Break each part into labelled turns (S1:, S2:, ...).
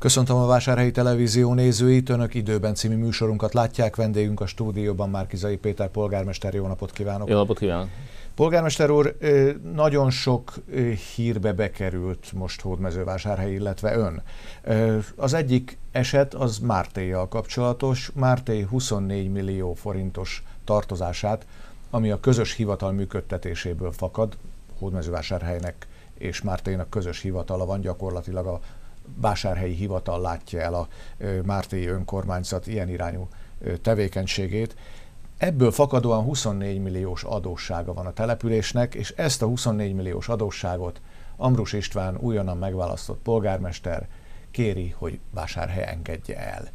S1: Köszöntöm a Vásárhelyi Televízió nézőit, Önök Időben című műsorunkat látják, vendégünk a stúdióban Márki-Zay Péter polgármester, jó napot kívánok!
S2: Jó napot kívánok!
S1: Polgármester úr, nagyon sok hírbe bekerült most Hódmezővásárhely, illetve ön. Az egyik eset az Mártéjjal kapcsolatos. Mártéj 24 millió forintos tartozását, ami a közös hivatal működtetéséből fakad, Hódmezővásárhelynek és Mártéjnak közös hivatala van, gyakorlatilag a vásárhelyi hivatal látja el a mártéi önkormányzat ilyen irányú tevékenységét. Ebből fakadóan 24 milliós adóssága van a településnek, és ezt a 24 milliós adósságot Ambrus István, újonnan megválasztott polgármester kéri, hogy Vásárhely engedje el.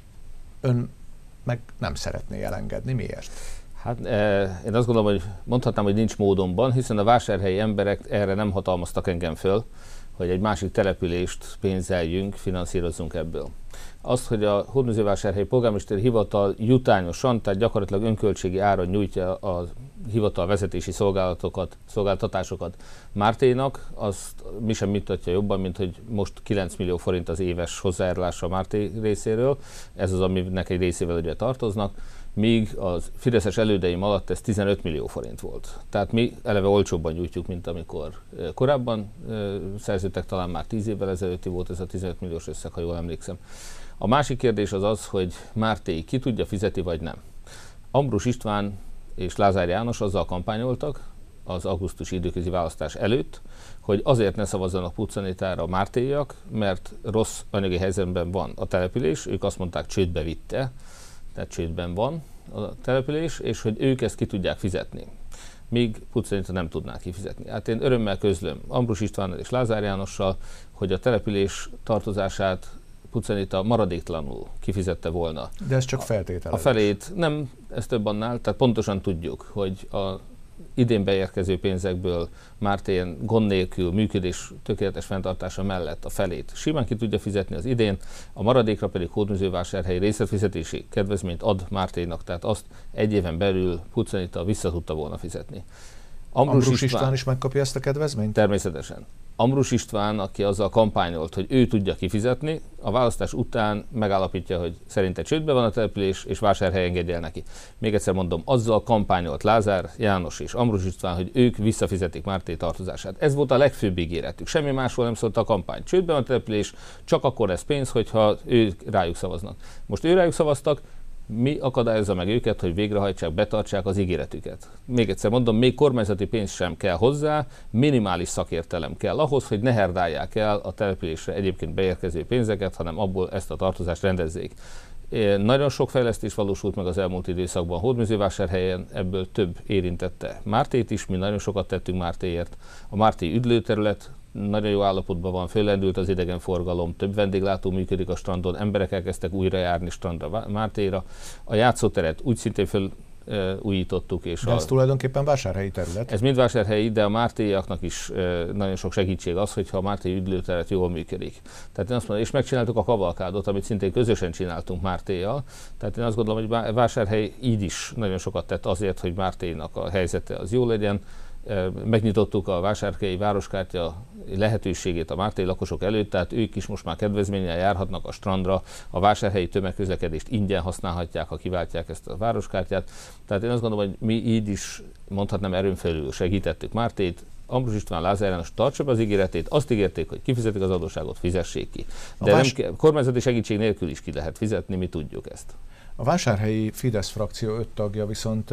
S1: Ön meg nem szeretné elengedni. Miért?
S2: Hát én azt gondolom, hogy mondhatnám, hogy nincs módomban, hiszen a vásárhelyi emberek erre nem hatalmaztak engem föl, hogy egy másik települést pénzeljünk, finanszírozzunk ebből. Azt, hogy a Hódmezővásárhelyi polgármesteri hivatal jutányosan, tehát gyakorlatilag önköltségi áron nyújtja a hivatal vezetési szolgáltatásokat Márténak, azt mi sem mutatja jobban, mint hogy most 9 millió forint az éves hozzájárulása a Márté részéről, ez az, aminek egy részével ugye tartoznak, míg az fideszes elődeim alatt ez 15 millió forint volt. Tehát mi eleve olcsóbban nyújtjuk, mint amikor korábban szerződtek, talán már 10 évvel ezelőtti volt ez a 15 milliós összeg, ha jól emlékszem. A másik kérdés az az, hogy Mártéi ki tudja fizeti, vagy nem. Ambrus István és Lázár János azzal kampányoltak az augusztusi időközi választás előtt, hogy azért ne szavazzanak puccanitára a mártéiak, mert rossz anyagi helyzetben van a település, ők azt mondták, csődbe vitte, tehát csődben van a település, és hogy ők ezt ki tudják fizetni, míg puccanita nem tudnák kifizetni. Hát én örömmel közlöm Ambrus Istvánnal és Lázár Jánossal, hogy a település tartozását puccanita maradéktalanul kifizette volna.
S1: De ez csak feltételezés.
S2: A felét nem, ez több annál, tehát pontosan tudjuk, hogy a idén beérkező pénzekből Mártén gond nélkül működés tökéletes fenntartása mellett a felét simán ki tudja fizetni az idén, a maradékra pedig Hódmezővásárhelyi részletfizetési kedvezményt ad Márténak, tehát azt egy éven belül puccanita vissza tudta volna fizetni.
S1: Ambrus István is megkapja ezt a kedvezményt?
S2: Természetesen. Ambrus István, aki azzal kampányolt, hogy ő tudja kifizetni, a választás után megállapítja, hogy szerinte csődbe van a település, és Vásárhely engedje el neki. Még egyszer mondom, azzal kampányolt Lázár János és Ambrus István, hogy ők visszafizetik Márté tartozását. Ez volt a legfőbb ígéretük. Semmi másról nem szólt a kampány. Csődbe van a település, csak akkor lesz pénz, hogyha ők rájuk szavaznak. Most ő rájuk szavaztak, mi akadályozza meg őket, hogy végrehajtsák, betartsák az ígéretüket? Még egyszer mondom, még kormányzati pénz sem kell hozzá, minimális szakértelem kell ahhoz, hogy ne herdálják el a településre egyébként beérkező pénzeket, hanem abból ezt a tartozást rendezzék. Nagyon sok fejlesztés valósult meg az elmúlt időszakban Hódmezővásárhelyen, ebből több érintette Mártét is, mi nagyon sokat tettünk Mártéért. A Mártéi üdülőterület nagyon jó állapotban van, föllendült az idegenforgalom, több vendéglátó működik a strandon, emberek elkezdtek újra járni strandra, Mártéra. A játszóteret úgy szintén újítottuk. És
S1: de ez tulajdonképpen vásárhelyi terület?
S2: Ez mind vásárhelyi, de a mártéiaknak is nagyon sok segítség az, hogyha a mártéi üdülőteret jól működik. Tehát én azt mondom, és megcsináltuk a kavalkádot, amit szintén közösen csináltunk Mártéjjal. Tehát én azt gondolom, hogy Vásárhely így is nagyon sokat tett azért, hogy Mártéinak a helyzete az jó legyen. Megnyitottuk a vásárhelyi városkártya lehetőségét a mártéi lakosok előtt, tehát ők is most már kedvezménnyel járhatnak a strandra, a vásárhelyi tömegközlekedést ingyen használhatják, ha kiváltják ezt a városkártyát. Tehát én azt gondolom, hogy mi így is mondhatnám erőn felül segítettük Mártét. Ambrus István, Lázár János tartsa be az ígéretét, azt ígérték, hogy kifizetik az adósságot, fizessék ki. De kormányzati segítség nélkül is ki lehet fizetni, mi tudjuk ezt.
S1: A vásárhelyi Fidesz frakció 5 tagja viszont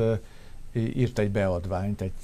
S1: írt egy beadványt, egy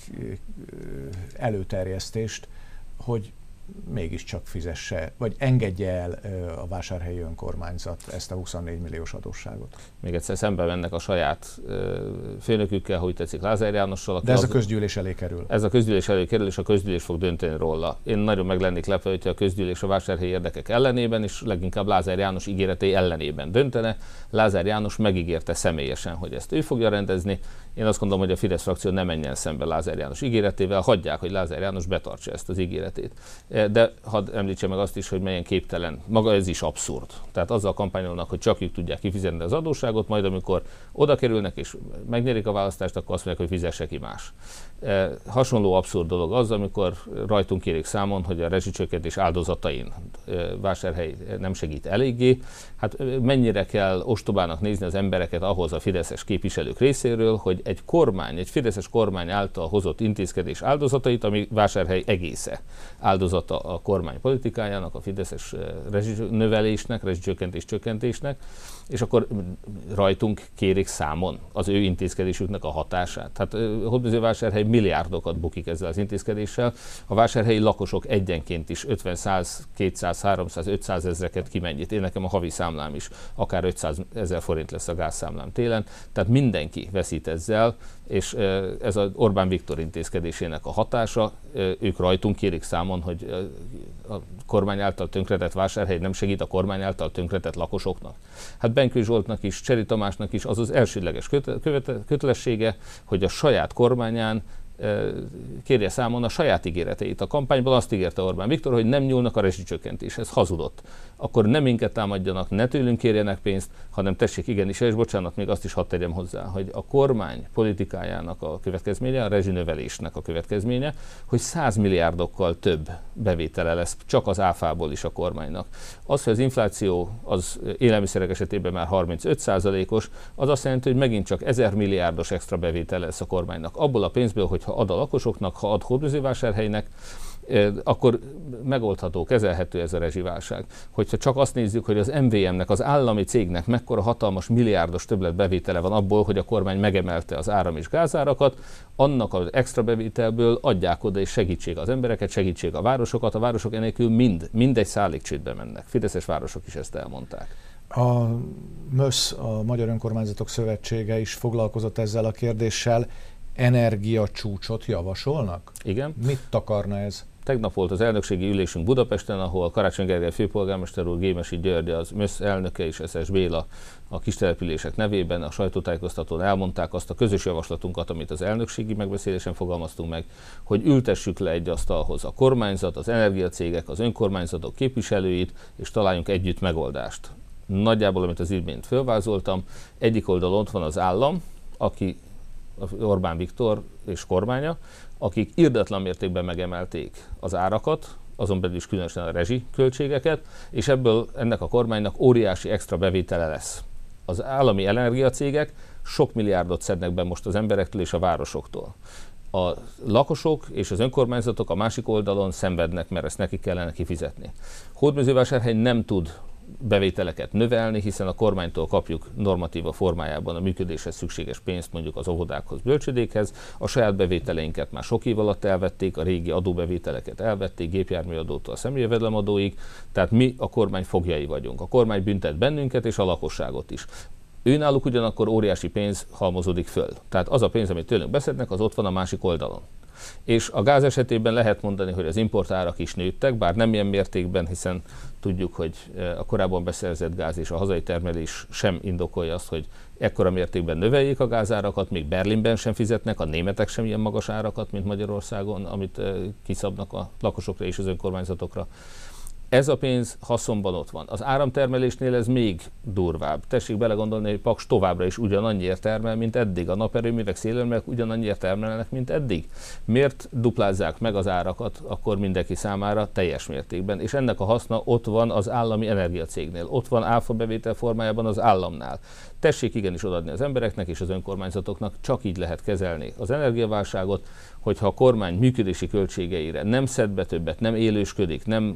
S1: előterjesztést, hogy mégiscsak fizesse, vagy engedje el a vásárhelyi önkormányzat ezt a 24 milliós adósságot.
S2: Még egyszer szembe mennek a saját főnökükkel, hogy tetszik, Lázár Jánossal.
S1: De ez a közgyűlés elé kerül.
S2: Ez a közgyűlés elé kerül, és a közgyűlés fog dönteni róla. Én nagyon meg lennék lepve, hogyha a közgyűlés a vásárhelyi érdekek ellenében, és leginkább Lázár János ígéretei ellenében döntene. Lázár János megígérte személyesen, hogy ezt ő fogja rendezni. Én azt gondolom, hogy a Fidesz frakció ne menjen szembe Lázár János ígéretével, hagyják, hogy Lázár János betartsa ezt az ígéretét. de hadd említse meg azt is, hogy milyen képtelen. Maga ez is abszurd. Tehát azzal kampányolnak, hogy csak ők tudják kifizetni az adósságot, majd amikor oda kerülnek és megnyerik a választást, akkor azt mondják, hogy fizesse ki más. Hasonló abszurd dolog az, amikor rajtunk kérik számon, hogy a rezsicsökkentés áldozatain Vásárhely nem segít eléggé. Hát mennyire kell ostobának nézni az embereket ahhoz a fideszes képviselők részéről, hogy egy fideszes kormány által hozott intézkedés áldozatait, ami Vásárhely egésze áldozata a kormány politikájának, a fideszes rezsinövelésnek, rezsicsökkentésnek, és akkor rajtunk kérik számon az ő intézkedésüknek a hatását. Hát Hódmezővásárhely milliárdokat bukik ezzel az intézkedéssel, a vásárhelyi lakosok egyenként is 50, 100, 200, 300, 500 ezreket kimennyit. Én nekem a havi számlám is akár 500 000 forint lesz a gázszámlám télen, tehát mindenki veszít ezzel, és ez az Orbán Viktor intézkedésének a hatása. Ők rajtunk kérik számon, hogy a kormány által tönkretett Vásárhely nem segít a kormány által tönkretett lakosoknak. Hát Benkő Zsoltnak is, Cseri Tamásnak is az az elsődleges kötelessége, hogy a saját kormányán kérje számon a saját ígéreteit. A kampányban azt ígérte Orbán Viktor, hogy nem nyúlnak a rezsicsökkentéshez. Hazudott. Akkor nem minket támadjanak, ne tőlünk kérjenek pénzt, hanem tessék igenis, és bocsánat, még azt is hadd tegyem hozzá, hogy a kormány politikájának a következménye, a rezsinövelésnek a következménye, hogy 100 milliárdokkal több bevétele lesz csak az áfából is a kormánynak. Az, hogy az infláció az élelmiszerek esetében már 35%-os, az azt jelenti, hogy megint csak 1000 milliárdos extra bevétele lesz a kormánynak. Abból a pénzből, hogyha ad a lakosoknak, ha ad Hódmezővásárhelynek, akkor megoldható, kezelhető ez a rezsiválság. Hogyha csak azt nézzük, hogy az MVM-nek, az állami cégnek mekkora hatalmas milliárdos többlet bevétele van abból, hogy a kormány megemelte az áram- és gázárakat, annak az extra bevételből adják oda és segítség az embereket, segítség a városokat. A városok enélkül mindegy szállékcsődbe mennek. Fideszes városok is ezt elmondták.
S1: A MÖSZ, a Magyar Önkormányzatok Szövetsége is foglalkozott ezzel a kérdéssel. Energiacsúcsot javasolnak?
S2: Igen.
S1: Mit takarna ez?
S2: Tegnap volt az elnökségi ülésünk Budapesten, ahol Karácsony Gergely főpolgármester úr, Gémesi György, az MÖSZ elnöke és SS Béla a kistelepülések nevében a sajtótájékoztatón elmondták azt a közös javaslatunkat, amit az elnökségi megbeszélésen fogalmaztunk meg, hogy ültessük le egy asztalhoz a kormányzat, az energiacégek, az önkormányzatok képviselőit, és találjunk együtt megoldást. Nagyjából, amit az imént fölvázoltam, egyik oldalon ott van az állam, aki Orbán Viktor és kormánya, akik irdatlan mértékben megemelték az árakat, azon belül is különösen a rezsiköltségeket, és ebből ennek a kormánynak óriási extra bevétele lesz. Az állami energiacégek sok milliárdot szednek be most az emberektől és a városoktól. A lakosok és az önkormányzatok a másik oldalon szenvednek, mert ezt neki kellene kifizetni. Hódmezővásárhely nem tud bevételeket növelni, hiszen a kormánytól kapjuk normatíva formájában a működéshez szükséges pénzt, mondjuk az óvodákhoz, bölcsödékhez. A saját bevételeinket már sok év alatt elvették, a régi adóbevételeket elvették, gépjárműadótól a személyjövedelemadóig, tehát mi a kormány foglyai vagyunk. A kormány büntet bennünket és a lakosságot is. Őnáluk ugyanakkor óriási pénz halmozódik föl. Tehát az a pénz, amit tőlünk beszednek, az ott van a másik oldalon. És a gáz esetében lehet mondani, hogy az importárak is nőttek, bár nem ilyen mértékben, hiszen tudjuk, hogy a korábban beszerzett gáz és a hazai termelés sem indokolja azt, hogy ekkora mértékben növeljék a gázárakat, még Berlinben sem fizetnek, a németek sem ilyen magas árakat, mint Magyarországon, amit kiszabnak a lakosokra és az önkormányzatokra. Ez a pénz haszonban ott van. Az áramtermelésnél ez még durvább. Tessék belegondolni, hogy Paks továbbra is ugyanannyiért termel, mint eddig. A naperőművek, szélerőművek ugyanannyiért termelnek, mint eddig. Miért duplázzák meg az árakat akkor mindenki számára teljes mértékben? És ennek a haszna ott van az állami energiacégnél. Ott van áfa bevétel formájában az államnál. Tessék igenis odaadni az embereknek és az önkormányzatoknak, csak így lehet kezelni az energiaválságot, hogyha a kormány működési költségeire nem szed be többet, nem élősködik, nem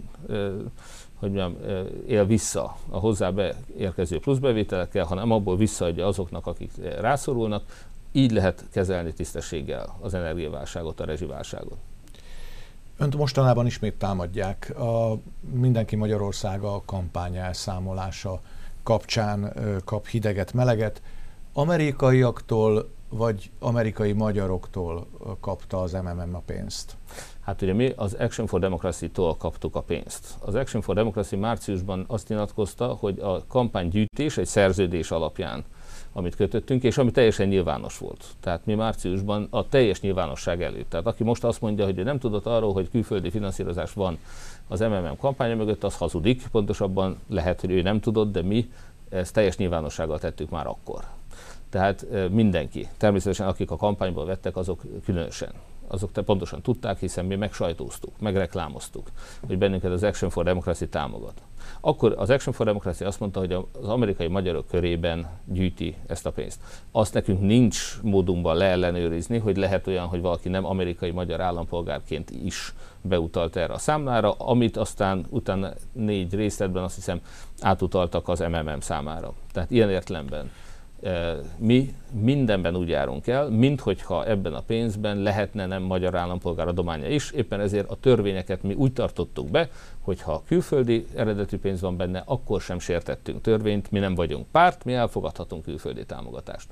S2: él vissza a hozzá beérkező pluszbevételekkel, hanem abból visszaadja azoknak, akik rászorulnak, így lehet kezelni tisztességgel az energiaválságot, a rezsiválságot.
S1: Önt mostanában ismét támadják. A Mindenki Magyarországa a kampány elszámolása kapcsán kap hideget, meleget. Amerikaiaktól vagy amerikai magyaroktól kapta az MMM a pénzt?
S2: Hát ugye mi az Action for Democracy-tól kaptuk a pénzt. Az Action for Democracy márciusban azt nyilatkozta, hogy a kampánygyűjtés egy szerződés alapján amit kötöttünk, és ami teljesen nyilvános volt. Tehát mi márciusban a teljes nyilvánosság előtt. Tehát aki most azt mondja, hogy ő nem tudott arról, hogy külföldi finanszírozás van az MMM kampánya mögött, az hazudik. Pontosabban lehet, hogy ő nem tudott, de mi ezt teljes nyilvánossággal tettük már akkor. Tehát mindenki, természetesen akik a kampányból vettek, azok különösen. Azok pontosan tudták, hiszen mi megsajtóztuk, megreklámoztuk, hogy bennünket az Action for Democracy támogat. Akkor az Action for Democracy azt mondta, hogy az amerikai magyarok körében gyűjti ezt a pénzt. Azt nekünk nincs módunkban leellenőrizni, hogy lehet olyan, hogy valaki nem amerikai magyar állampolgárként is beutalt erre a számlára, amit aztán utána 4 részletben azt hiszem átutaltak az MMM számára. Tehát ilyen értelemben mi mindenben úgy járunk el, minthogyha ebben a pénzben lehetne nem magyar állampolgár adománya is, éppen ezért a törvényeket mi úgy tartottuk be, hogy ha külföldi eredetű pénz van benne, akkor sem sértettünk törvényt, mi nem vagyunk párt, mi elfogadhatunk külföldi támogatást.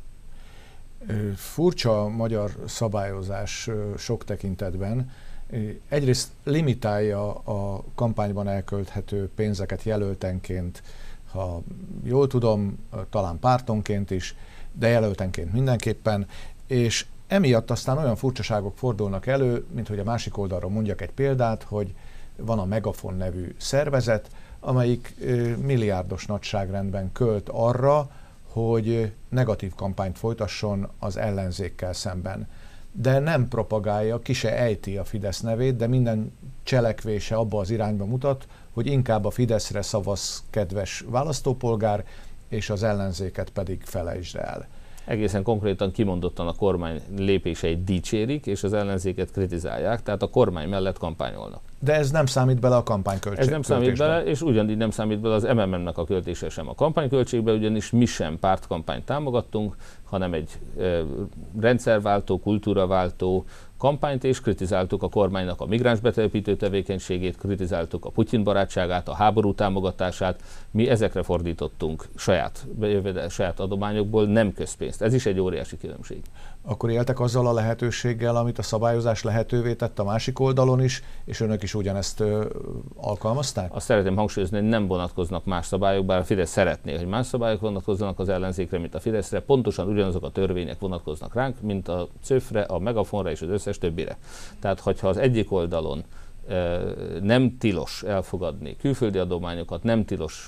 S1: Furcsa a magyar szabályozás sok tekintetben. Egyrészt limitálja a kampányban elkölthető pénzeket jelöltenként, ha jól tudom, talán pártonként is, de jelöltenként mindenképpen, és emiatt aztán olyan furcsaságok fordulnak elő, mint hogy a másik oldalról mondjak egy példát, hogy van a Megafon nevű szervezet, amelyik milliárdos nagyságrendben költ arra, hogy negatív kampányt folytasson az ellenzékkel szemben. De nem propagálja, ki se ejti a Fidesz nevét, de minden cselekvése abba az irányba mutat, hogy inkább a Fideszre szavaz, kedves választópolgár, és az ellenzéket pedig felejtsd el.
S2: Egészen konkrétan kimondottan a kormány lépéseit dicsérik, és az ellenzéket kritizálják, tehát a kormány mellett kampányolnak.
S1: De ez nem számít bele a kampányköltségbe.
S2: Ez nem számít bele, és ugyanígy nem számít bele az MMM-nek a költése sem a kampányköltségbe, ugyanis mi sem pártkampányt támogattunk, hanem egy rendszerváltó, kultúraváltó kampányt, és kritizáltuk a kormánynak a migráns betelepítő tevékenységét, kritizáltuk a Putyin barátságát, a háború támogatását. Mi ezekre fordítottunk saját adományokból, nem közpénzt. Ez is egy óriási különbség.
S1: Akkor éltek azzal a lehetőséggel, amit a szabályozás lehetővé tett a másik oldalon is, és önök is ugyanezt alkalmazták?
S2: Azt szeretném hangsúlyozni, hogy nem vonatkoznak más szabályok, bár a Fidesz szeretné, hogy más szabályok vonatkozzanak az ellenzékre, mint a Fideszre. Pontosan ugyanazok a törvények vonatkoznak ránk, mint a CÖF-re, a Megafonra és az összes többire. Tehát, hogyha az egyik oldalon nem tilos elfogadni külföldi adományokat, nem tilos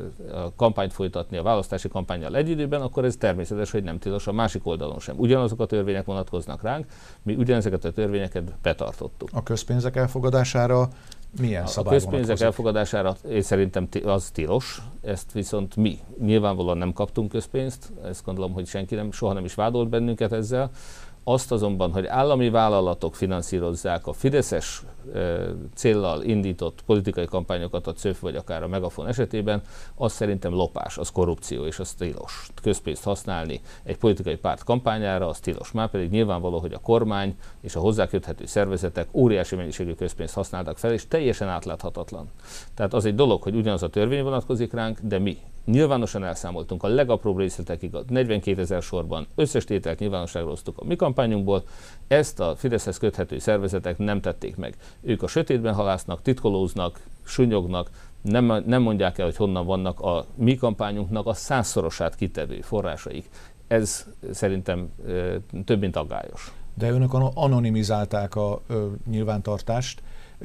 S2: a kampányt folytatni a választási kampánnyal egy időben, akkor ez természetes, hogy nem tilos a másik oldalon sem. Ugyanazok a törvények vonatkoznak ránk, mi ugyanezeket a törvényeket betartottuk.
S1: A közpénzek elfogadására milyen szabály vonatkozik?
S2: A közpénzek elfogadására én szerintem az tilos, ezt viszont mi nyilvánvalóan nem kaptunk közpénzt, ezt gondolom, hogy senki soha nem is vádolt bennünket ezzel. Azt azonban, hogy állami vállalatok finanszírozzák a fideszes céllal indított politikai kampányokat a CÖF vagy akár a Megafon esetében, az szerintem lopás, az korrupció, és az tilos. Közpénzt használni egy politikai párt kampányára, az tilos. Márpedig nyilvánvaló, hogy a kormány és a hozzáköthető szervezetek óriási mennyiségű közpénzt használtak fel, és teljesen átláthatatlan. Tehát az egy dolog, hogy ugyanaz a törvény vonatkozik ránk, de mi nyilvánosan elszámoltunk a legapróbb részletekig, a 42 000 sorban összes tételt nyilvánosságra hoztuk a mi kampányunkból, ezt a Fideszhez köthető szervezetek nem tették meg. Ők a sötétben halásznak, titkolóznak, sunyognak, nem mondják el, hogy honnan vannak a mi kampányunknak a 100-szorosát kitevő forrásaik. Ez szerintem több, mint aggályos.
S1: De önök anonimizálták a nyilvántartást,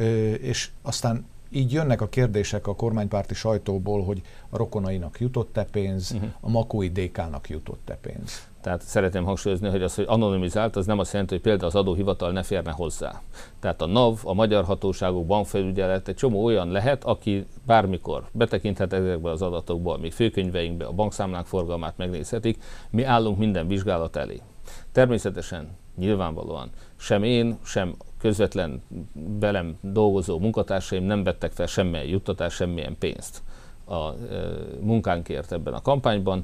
S1: és aztán így jönnek a kérdések a kormánypárti sajtóból, hogy a rokonainak jutott-e pénz, a makói DK-nak jutott-e pénz.
S2: Tehát szeretném hangsúlyozni, hogy az, hogy anonimizált, az nem azt jelenti, hogy például az adóhivatal ne férne hozzá. Tehát a NAV, a magyar hatóságok, bankfelügyelet, egy csomó olyan lehet, aki bármikor betekinthet ezekbe az adatokba, mi főkönyveinkbe, a bankszámlánk forgalmát megnézhetik, mi állunk minden vizsgálat elé. Természetesen, nyilvánvalóan sem én, sem közvetlen velem dolgozó munkatársaim nem vettek fel semmilyen juttatást, semmilyen pénzt a munkánkért ebben a kampányban.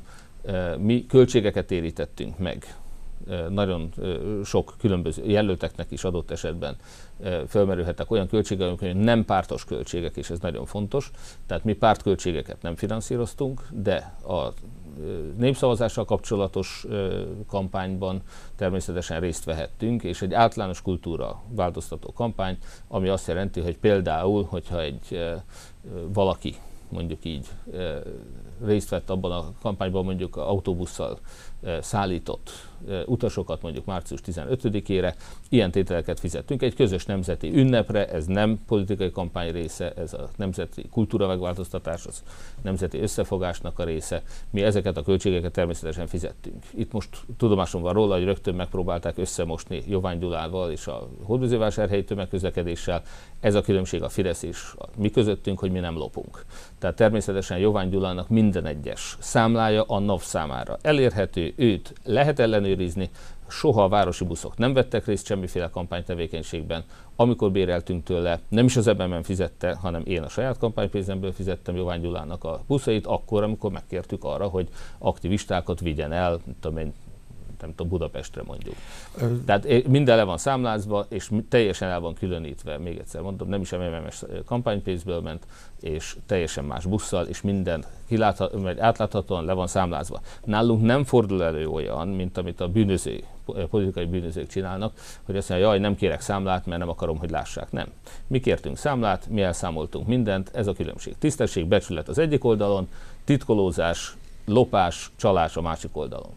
S2: Mi költségeket térítettünk meg. Nagyon sok különböző jelölteknek is adott esetben felmerülhetnek olyan költségek, hogy nem pártos költségek, és ez nagyon fontos. Tehát mi pártköltségeket nem finanszíroztunk, de a népszavazással kapcsolatos kampányban természetesen részt vehettünk, és egy általános kultúra változtató kampány, ami azt jelenti, hogy például, hogyha valaki mondjuk így részt vett abban a kampányban, mondjuk autóbusszal szállított utasokat mondjuk március 15-ére, ilyen tételeket fizettünk egy közös nemzeti ünnepre, ez nem politikai kampány része, ez a nemzeti kultúra megváltoztatás, az nemzeti összefogásnak a része. Mi ezeket a költségeket természetesen fizettünk. Itt most tudomásom van róla, hogy rögtön megpróbálták összemosni Jovány Gyulával és a hódmezővásárhelyi tömegközlekedéssel. Ez a különbség a Fidesz és a mi közöttünk, hogy mi nem lopunk. Tehát természetesen Jovány Gyulának minden egyes számlája a NAV számára elérhető, őt lehet ellenőrizni, soha a városi buszok nem vettek részt semmiféle kampánytevékenységben. Amikor béreltünk tőle, nem is az MMM fizette, hanem én a saját kampánypénzemből fizettem Jovány Gyulának a buszait, akkor, amikor megkértük arra, hogy aktivistákat vigyen el, nem tudom, Budapestre mondjuk. Tehát minden le van számlázva, és teljesen el van különítve, még egyszer mondom, nem is MMM-es kampánypénzből ment, és teljesen más busszal, és minden átláthatóan le van számlázva. Nálunk nem fordul elő olyan, mint amit a politikai bűnözők csinálnak, hogy azt mondja, jaj, nem kérek számlát, mert nem akarom, hogy lássák. Nem. Mi kértünk számlát, mi elszámoltunk mindent, ez a különbség. Tisztesség, becsület az egyik oldalon, titkolózás, lopás, csalás a másik oldalon.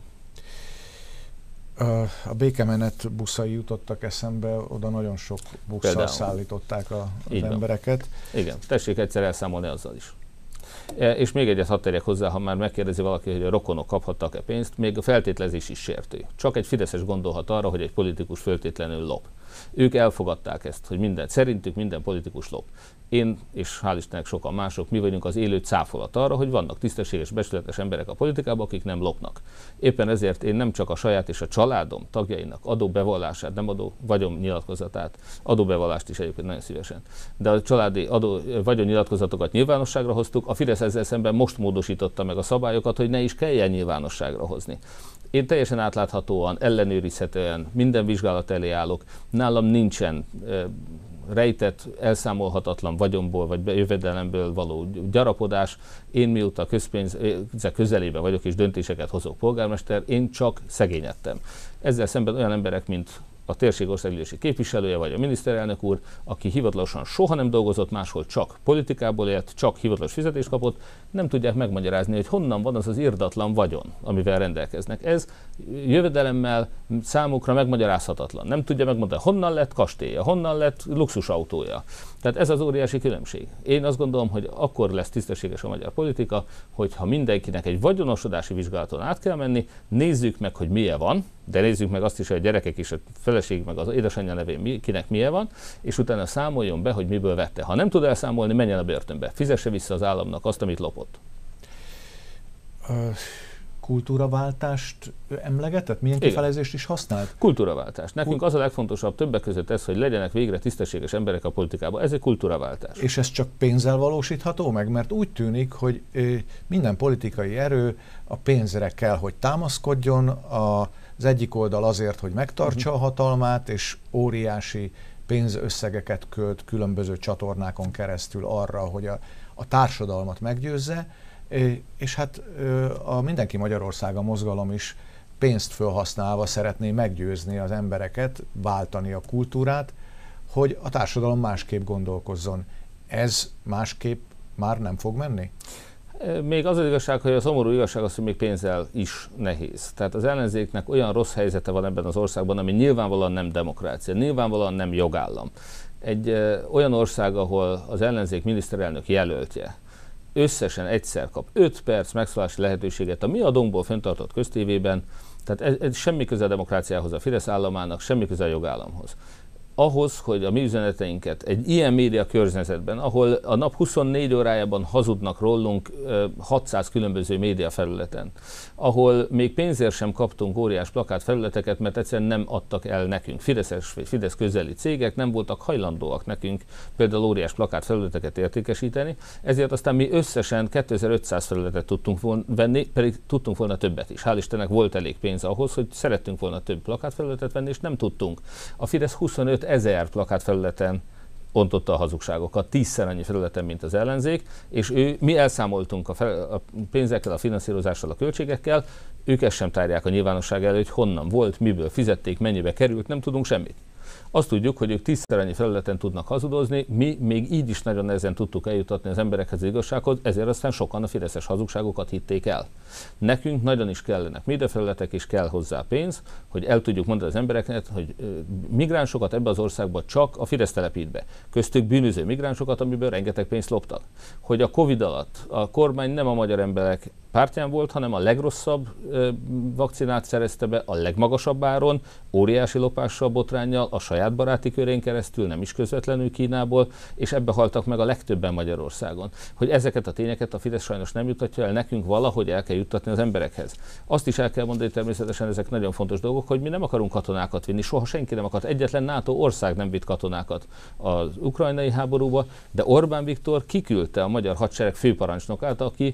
S1: A békemenet buszai jutottak eszembe, oda nagyon sok busszal szállították az embereket.
S2: Igen, tessék egyszer elszámolni azzal is. És még egyet hadd tegyek hozzá, ha már megkérdezi valaki, hogy a rokonok kaphattak-e pénzt, még a feltételezés is sértő. Csak egy fideszes gondolhat arra, hogy egy politikus feltétlenül lop. Ők elfogadták ezt, hogy szerintük minden politikus lop. Én, és hál' Istennek sokan mások, mi vagyunk az élő cáfolat arra, hogy vannak tisztességes, becsületes emberek a politikában, akik nem lopnak. Éppen ezért én nem csak a saját és a családom tagjainak adóbevallását, nem vagyonnyilatkozatát, adóbevallást is egyébként nagyon szívesen, de a családi vagyonnyilatkozatokat nyilvánosságra hoztuk, a Fidesz ezzel szemben most módosította meg a szabályokat, hogy ne is kelljen nyilvánosságra hozni. Én teljesen átláthatóan, ellenőrizhetően minden vizsgálat elé állok. Nálam nincsen rejtett, elszámolhatatlan vagyomból vagy jövedelemből való gyarapodás. Én mióta közpénzek közelébe vagyok és döntéseket hozok polgármester, én csak szegényedtem. Ezzel szemben olyan emberek, mint a térség országgyűlési képviselője vagy a miniszterelnök úr, aki hivatalosan soha nem dolgozott máshol, csak politikából élt, csak hivatalos fizetést kapott, nem tudják megmagyarázni, hogy honnan van az az irdatlan vagyon, amivel rendelkeznek. Ez jövedelemmel számukra megmagyarázhatatlan. Nem tudja megmondani, honnan lett kastélya, honnan lett luxusautója. Tehát ez az óriási különbség. Én azt gondolom, hogy akkor lesz tisztességes a magyar politika, hogyha mindenkinek egy vagyonosodási vizsgálaton át kell menni, nézzük meg, hogy milyen van, de nézzük meg azt is, hogy a gyerekek és a feleség meg az édesanyja nevén kinek milyen van, és utána számoljon be, hogy miből vette. Ha nem tud elszámolni, menjen a börtönbe. Fizesse vissza az államnak azt, amit lopott.
S1: Kultúraváltást emlegetett? Milyen kifejezést is használt?
S2: Kultúraváltás. Nekünk az a legfontosabb többek között ez, hogy legyenek végre tisztességes emberek a politikában. Ez egy kultúraváltás.
S1: És ez csak pénzzel valósítható meg? Mert úgy tűnik, hogy minden politikai erő a pénzre kell, hogy támaszkodjon. Az egyik oldal azért, hogy megtartsa a hatalmát, és óriási pénzösszegeket költ különböző csatornákon keresztül arra, hogy a társadalmat meggyőzze. És hát a Mindenki Magyarországa mozgalom is pénzt felhasználva szeretné meggyőzni az embereket, váltani a kultúrát, hogy a társadalom másképp gondolkozzon. Ez másképp már nem fog menni?
S2: Még az igazság, hogy a szomorú igazság az, hogy még pénzzel is nehéz. Tehát az ellenzéknek olyan rossz helyzete van ebben az országban, ami nyilvánvalóan nem demokrácia, nyilvánvalóan nem jogállam. Egy olyan ország, ahol az ellenzék miniszterelnök jelöltje összesen egyszer kap 5 perc megszólalási lehetőséget a mi adónkból fenntartott köztévében, tehát ez semmi köze a demokráciához, a Fidesz államának, semmi köze a jogállamhoz. Ahhoz, hogy a mi üzeneteinket egy ilyen média környezetben, ahol a nap 24 órájában hazudnak rólunk 600 különböző média felületen, ahol még pénzért sem kaptunk óriás plakátfelületeket, mert egyszerűen nem adtak el nekünk. Fideszes vagy Fidesz közeli cégek nem voltak hajlandóak nekünk például óriás plakátfelületeket értékesíteni, ezért aztán mi összesen 2500 felületet tudtunk volna venni, pedig tudtunk volna többet is. Hál' Istennek volt elég pénz ahhoz, hogy szerettünk volna több plakátfelületet venni, és nem tudtunk. A Fidesz 25 000 plakátfelületen ontotta a hazugságokat, 10-szer annyi felületen, mint az ellenzék, és mi elszámoltunk a pénzekkel, a finanszírozással, a költségekkel, ők ezt sem tárják a nyilvánosság elő, hogy honnan volt, miből fizették, mennyibe került, nem tudunk semmit. Azt tudjuk, hogy ők 10-szer annyi felületen tudnak hazudozni, mi még így is nagyon nehezen tudtuk eljutatni az emberekhez az igazsághoz, ezért aztán sokan a fideszes hazugságokat hitték el. Nekünk nagyon is kellenek médiafelületek, és kell hozzá pénz, hogy el tudjuk mondani az embereknek, hogy migránsokat ebbe az országba csak a Fidesz telepít be. Köztük bűnöző migránsokat, amiből rengeteg pénzt loptak. Hogy a Covid alatt a kormány nem a magyar emberek pártján volt, hanem a legrosszabb vakcinát szerezte be a legmagasabb áron, óriási lopással, botránnyal, a saját baráti körén keresztül, nem is közvetlenül Kínából, és ebbe haltak meg a legtöbben Magyarországon. Hogy ezeket a tényeket a Fidesz sajnos nem jutatja el, nekünk valahogy el kell juttatni az emberekhez. Azt is el kell mondani, természetesen ezek nagyon fontos dolgok, hogy mi nem akarunk katonákat vinni, soha senki nem akart, egyetlen NATO ország nem vitt katonákat az ukrajnai háborúba, de Orbán Viktor kiküldte a magyar hadsereg főparancsnokát, aki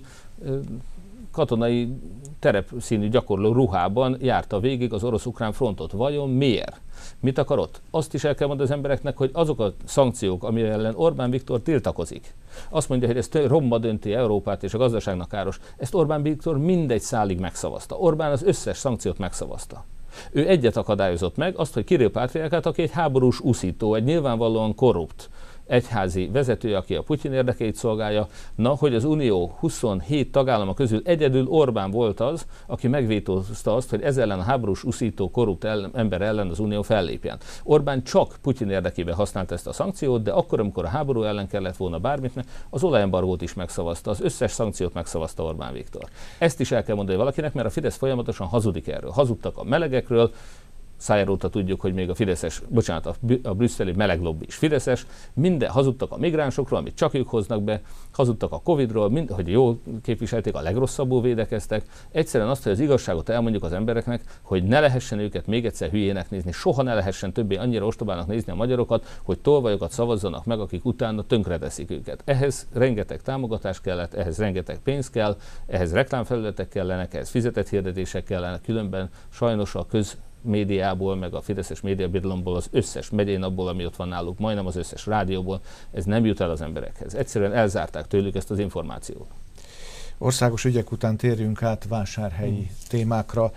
S2: katonai terepszínű gyakorló ruhában járta végig az orosz-ukrán frontot. Vajon miért? Mit akarott? Azt is el kell mondani az embereknek, hogy azok a szankciók, ami ellen Orbán Viktor tiltakozik, azt mondja, hogy ez romba dönti Európát és a gazdaságnak káros, ezt Orbán Viktor mindegy szálig megszavazta. Orbán az összes szankciót megszavazta. Ő egyet akadályozott meg, azt, hogy Kirill Pátriárkát, aki egy háborús úszító, egy nyilvánvalóan korrupt egyházi vezető, aki a Putyin érdekeit szolgálja, hogy az Unió 27 tagállama közül egyedül Orbán volt az, aki megvétózta azt, hogy ez ellen a háborús úszító korrupt ember ellen az Unió fellépjen. Orbán csak Putyin érdekében használta ezt a szankciót, de akkor, amikor a háború ellen kellett volna bármit, az olajembargót is megszavazta, az összes szankciót megszavazta Orbán Viktor. Ezt is el kell mondani valakinek, mert a Fidesz folyamatosan hazudik erről. Hazudtak a melegekről, szájára óta tudjuk, hogy még a fideszes, a brüsszeli meleg lobby is fideszes, minden hazudtak a migránsokról, amit csak ők hoznak be, hazudtak a Covid-ról, hogy jól képviselték, a legrosszabbul védekeztek. Egyszerűen azt, hogy az igazságot elmondjuk az embereknek, hogy ne lehessen őket még egyszer hülyének nézni, soha ne lehessen többé annyira ostobának nézni a magyarokat, hogy tolvajokat szavazzanak meg, akik utána tönkreteszik őket. Ehhez rengeteg támogatás kellett, ehhez rengeteg pénz kell, ehhez reklámfelületek kellenek, ehhez fizetett hirdetések kellenek, különben sajnos a médiából, meg a fideszes médiabirodalomból, az összes megyénapból, ami ott van náluk, majdnem az összes rádióból, ez nem jut el az emberekhez. Egyszerűen elzárták tőlük ezt az információt.
S1: Országos ügyek után térjünk át vásárhelyi témákra.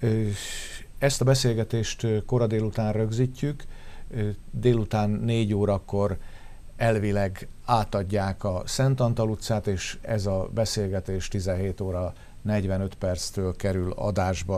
S1: Ezt a beszélgetést kora délután rögzítjük, délután 4 órakor elvileg átadják a Szent Antal utcát, és ez a beszélgetés 17 óra 45 perctől kerül adásba.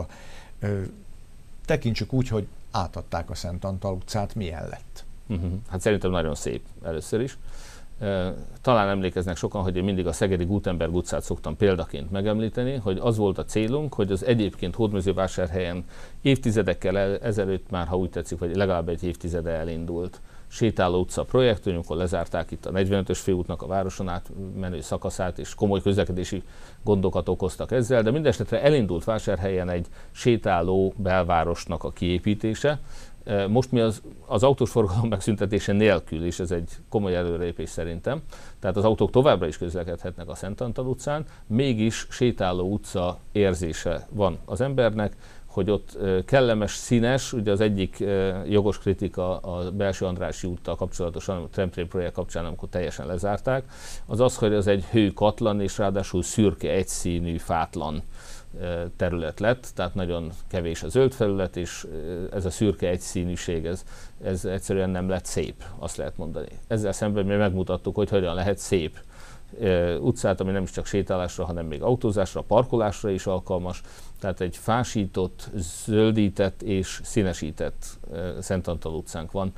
S1: Tekintsük úgy, hogy átadták a Szent Antal utcát, milyen lett?
S2: Hát szerintem nagyon szép először is. Talán emlékeznek sokan, hogy én mindig a szegedi Gutenberg utcát szoktam példaként megemlíteni, hogy az volt a célunk, hogy az egyébként Hódmezővásárhelyen évtizedekkel ezelőtt már, ha úgy tetszik, vagy legalább egy évtizede elindult sétáló utca projektünk, amikor lezárták itt a 45-ös főútnak a városon át menő szakaszát, és komoly közlekedési gondokat okoztak ezzel, de mindesetre elindult Vásárhelyen egy sétáló belvárosnak a kiépítése. Most mi az autós forgalom megszüntetése nélkül, és ez egy komoly előrelépés szerintem, tehát az autók továbbra is közlekedhetnek a Szent Antal utcán, mégis sétáló utca érzése van az embernek, hogy ott kellemes, színes, ugye az egyik jogos kritika a Belső Andrássy úttal kapcsolatosan, a Tramtrain projekt kapcsán, amikor teljesen lezárták, az, hogy az egy hőkatlan és ráadásul szürke, egyszínű, fátlan terület lett, tehát nagyon kevés a zöld felület, és ez a szürke egyszínűség, ez egyszerűen nem lett szép, azt lehet mondani. Ezzel szemben mi megmutattuk, hogy hogyan lehet szép utcát, ami nem is csak sétálásra, hanem még autózásra, parkolásra is alkalmas. Tehát egy fásított, zöldített és színesített Szent Antal utcánk van.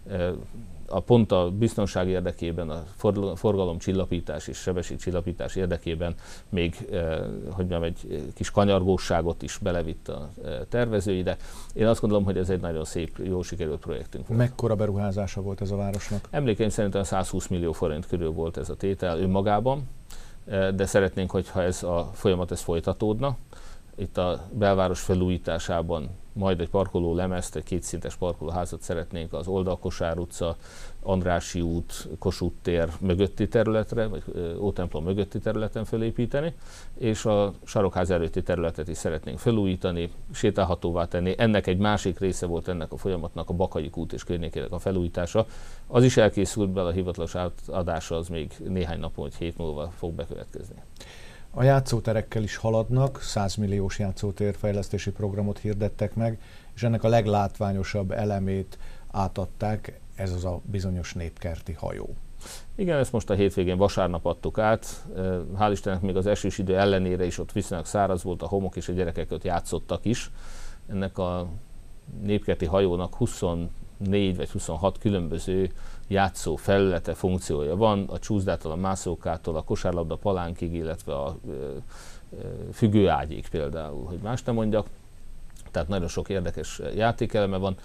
S2: Pont a biztonság érdekében, a forgalomcsillapítás és sebességcsillapítás érdekében még egy kis kanyargóságot is belevitt a tervező ide. Én azt gondolom, hogy ez egy nagyon szép, jól sikerült projektünk volt.
S1: Mekkora beruházása volt ez a városnak?
S2: Emlékeim szerintem 120 millió forint körül volt ez a tétel önmagában, de szeretnénk, hogyha ez a folyamat folytatódna. Itt a belváros felújításában majd egy parkoló lemezt, egy kétszintes parkolóházat szeretnénk az Oldalkosár utca, Andrássy út, Kossuth tér mögötti területre, vagy Ótemplom mögötti területen felépíteni, és a Sarokház előtti területet is szeretnénk felújítani, sétálhatóvá tenni. Ennek egy másik része volt ennek a folyamatnak a Bakai út és környékének a felújítása. Az is elkészült be, a hivatalos átadása az még néhány napon, vagy hét múlva fog bekövetkezni.
S1: A játszóterekkel is haladnak, 100 milliós játszótérfejlesztési programot hirdettek meg, és ennek a leglátványosabb elemét átadták, ez az a bizonyos népkerti hajó.
S2: Igen, ezt most a hétvégén vasárnap adtuk át. Hál' Istennek még az esős idő ellenére is ott viszonylag száraz volt a homok, és a gyerekek ott játszottak is. Ennek a népkerti hajónak 24 vagy 26 különböző játszó felülete, funkciója van, a csúszdától, a mászókától, a kosárlabda palánkig, illetve a függőágyig például, hogy más nem mondjak. Tehát nagyon sok érdekes játékeleme van.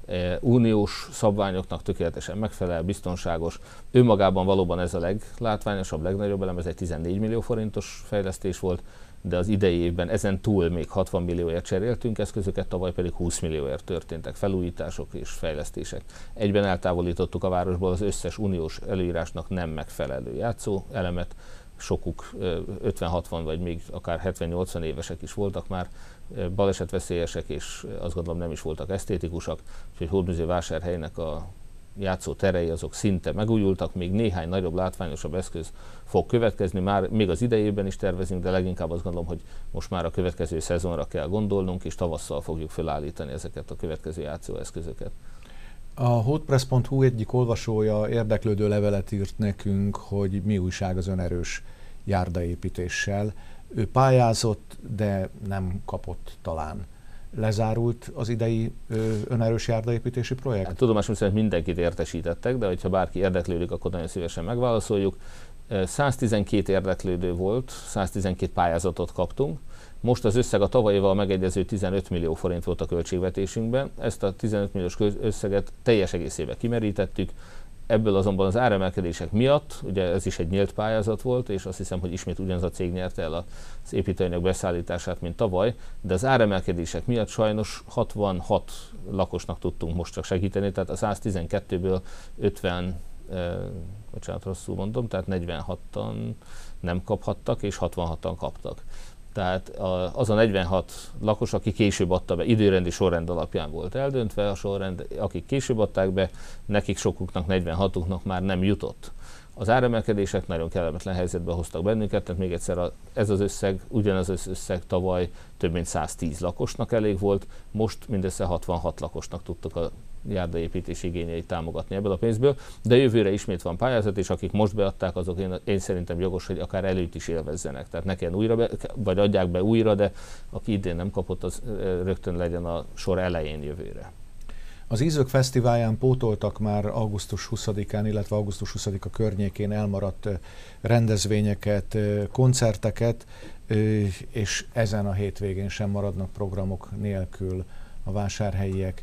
S2: Uniós szabványoknak tökéletesen megfelel, biztonságos. Önmagában valóban ez a leglátványosabb, legnagyobb elem, ez egy 14 millió forintos fejlesztés volt, de az idei évben ezen túl még 60 millióért cseréltünk eszközöket, tavaly pedig 20 millióért történtek felújítások és fejlesztések. Egyben eltávolítottuk a városból az összes uniós előírásnak nem megfelelő játszó elemet, sokuk 50-60 vagy még akár 70-80 évesek is voltak már, balesetveszélyesek, és azt gondolom nem is voltak esztétikusak, úgyhogy Hódmezővásárhelynek a játszó terei azok szinte megújultak, még néhány nagyobb, látványosabb eszköz fog következni, már még az idejében is tervezünk, de leginkább azt gondolom, hogy most már a következő szezonra kell gondolnunk, és tavasszal fogjuk felállítani ezeket a következő játszóeszközöket.
S1: A hotpress.hu egyik olvasója érdeklődő levelet írt nekünk, hogy mi újság az önerős járdaépítéssel. Ő pályázott, de nem kapott talán. Lezárult az idei önerős járdaépítési projekt?
S2: Hát, tudomásom szerint mindenkit értesítettek, de hogyha bárki érdeklődik, akkor nagyon szívesen megválaszoljuk. 112 érdeklődő volt, 112 pályázatot kaptunk. Most az összeg a tavalyival megegyező 15 millió forint volt a költségvetésünkben. Ezt a 15 milliós összeget teljes egészében kimerítettük. Ebből azonban az áremelkedések miatt, ugye ez is egy nyílt pályázat volt, és azt hiszem, hogy ismét ugyanaz a cég nyerte el az építőanyag beszállítását, mint tavaly, de az áremelkedések miatt sajnos 66 lakosnak tudtunk most csak segíteni, tehát a 112-ből 50, bocsánat, rosszul mondom, tehát 46-an nem kaphattak, és 66-an kaptak. Tehát az a 46 lakos, aki később adta be, időrendi sorrend alapján volt eldöntve a sorrend, akik később adták be, nekik sokuknak, 46-uknak már nem jutott. Az áremelkedések nagyon kellemetlen helyzetbe hoztak bennünket, tehát még egyszer ez az összeg, ugyanaz az összeg tavaly több mint 110 lakosnak elég volt, most mindössze 66 lakosnak tudtuk a járdaépítés igényeit támogatni ebből a pénzből, de jövőre ismét van pályázat, és akik most beadták, azok én szerintem jogos, hogy akár előtt is élvezzenek. Tehát ne kelljen újra vagy adják be újra, de aki idén nem kapott, az rögtön legyen a sor elején jövőre.
S1: Az Ízök Fesztiválján pótoltak már augusztus 20-án, illetve augusztus 20-a környékén elmaradt rendezvényeket, koncerteket, és ezen a hétvégén sem maradnak programok nélkül a vásárhelyiek.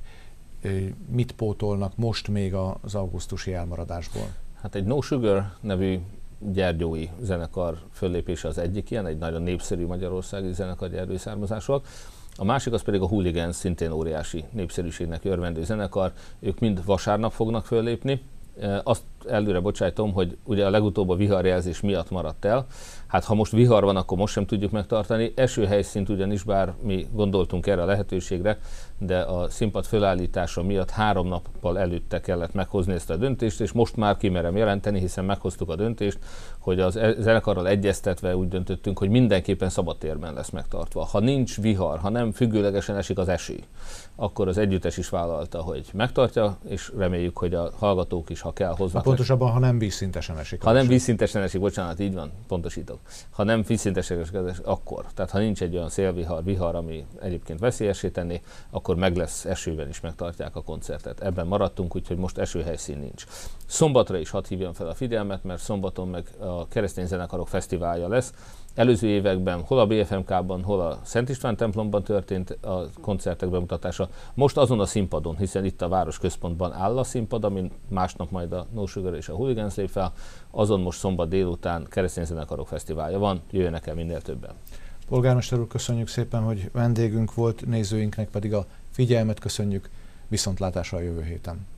S1: Mit pótolnak most még az augusztusi elmaradásból? Hát
S2: egy No Sugar nevű gyergyói zenekar föllépése az egyik ilyen, egy nagyon népszerű magyarországi zenekar gyergyói származásúak. A másik az pedig a Hooligans, szintén óriási népszerűségnek örvendő zenekar. Ők mind vasárnap fognak föllépni. Azt előre bocsájtom, hogy ugye a legutóbb a viharjelzés miatt maradt el. Hát ha most vihar van, akkor most sem tudjuk megtartani. Esőhelyszínt ugyanis, bár mi gondoltunk erre a lehetőségre, de a színpad fölállítása miatt 3 nappal előtte kellett meghozni ezt a döntést, és most már kimerem jelenteni, hiszen meghoztuk a döntést, hogy az zenekarral egyeztetve úgy döntöttünk, hogy mindenképpen szabadtérben lesz megtartva. Ha nincs vihar, ha nem függőlegesen esik az eső, akkor az együttes is vállalta, hogy megtartja, és reméljük, hogy a hallgatók is, ha kell, hoznak.
S1: Pontosabban, ha nem vízszintesen esik.
S2: Ha nem vízszintesen esik, bocsánat, így van, pontosítok. Ha nem vízszintesen esik, akkor. Tehát ha nincs egy olyan vihar, ami egyébként veszélyessé tenné, akkor meg lesz esőben is megtartják a koncertet. Ebben maradtunk, úgyhogy most esőhelyszín nincs. Szombatra is hadd hívjam fel a figyelmet, mert szombaton meg a Keresztény Zenekarok Fesztiválja lesz. Előző években hol a BFMK-ban, hol a Szent István templomban történt a koncertek bemutatása. Most azon a színpadon, hiszen itt a városközpontban áll a színpad, amin másnap majd a No Sugar és a Hooligans lép fel, azon most szombat délután Keresztény Zenekarok Fesztiválja van, jöjjenek el minél többen.
S1: Polgármester úr, köszönjük szépen, hogy vendégünk volt, nézőinknek pedig a figyelmet köszönjük, viszontlátásra a jövő héten.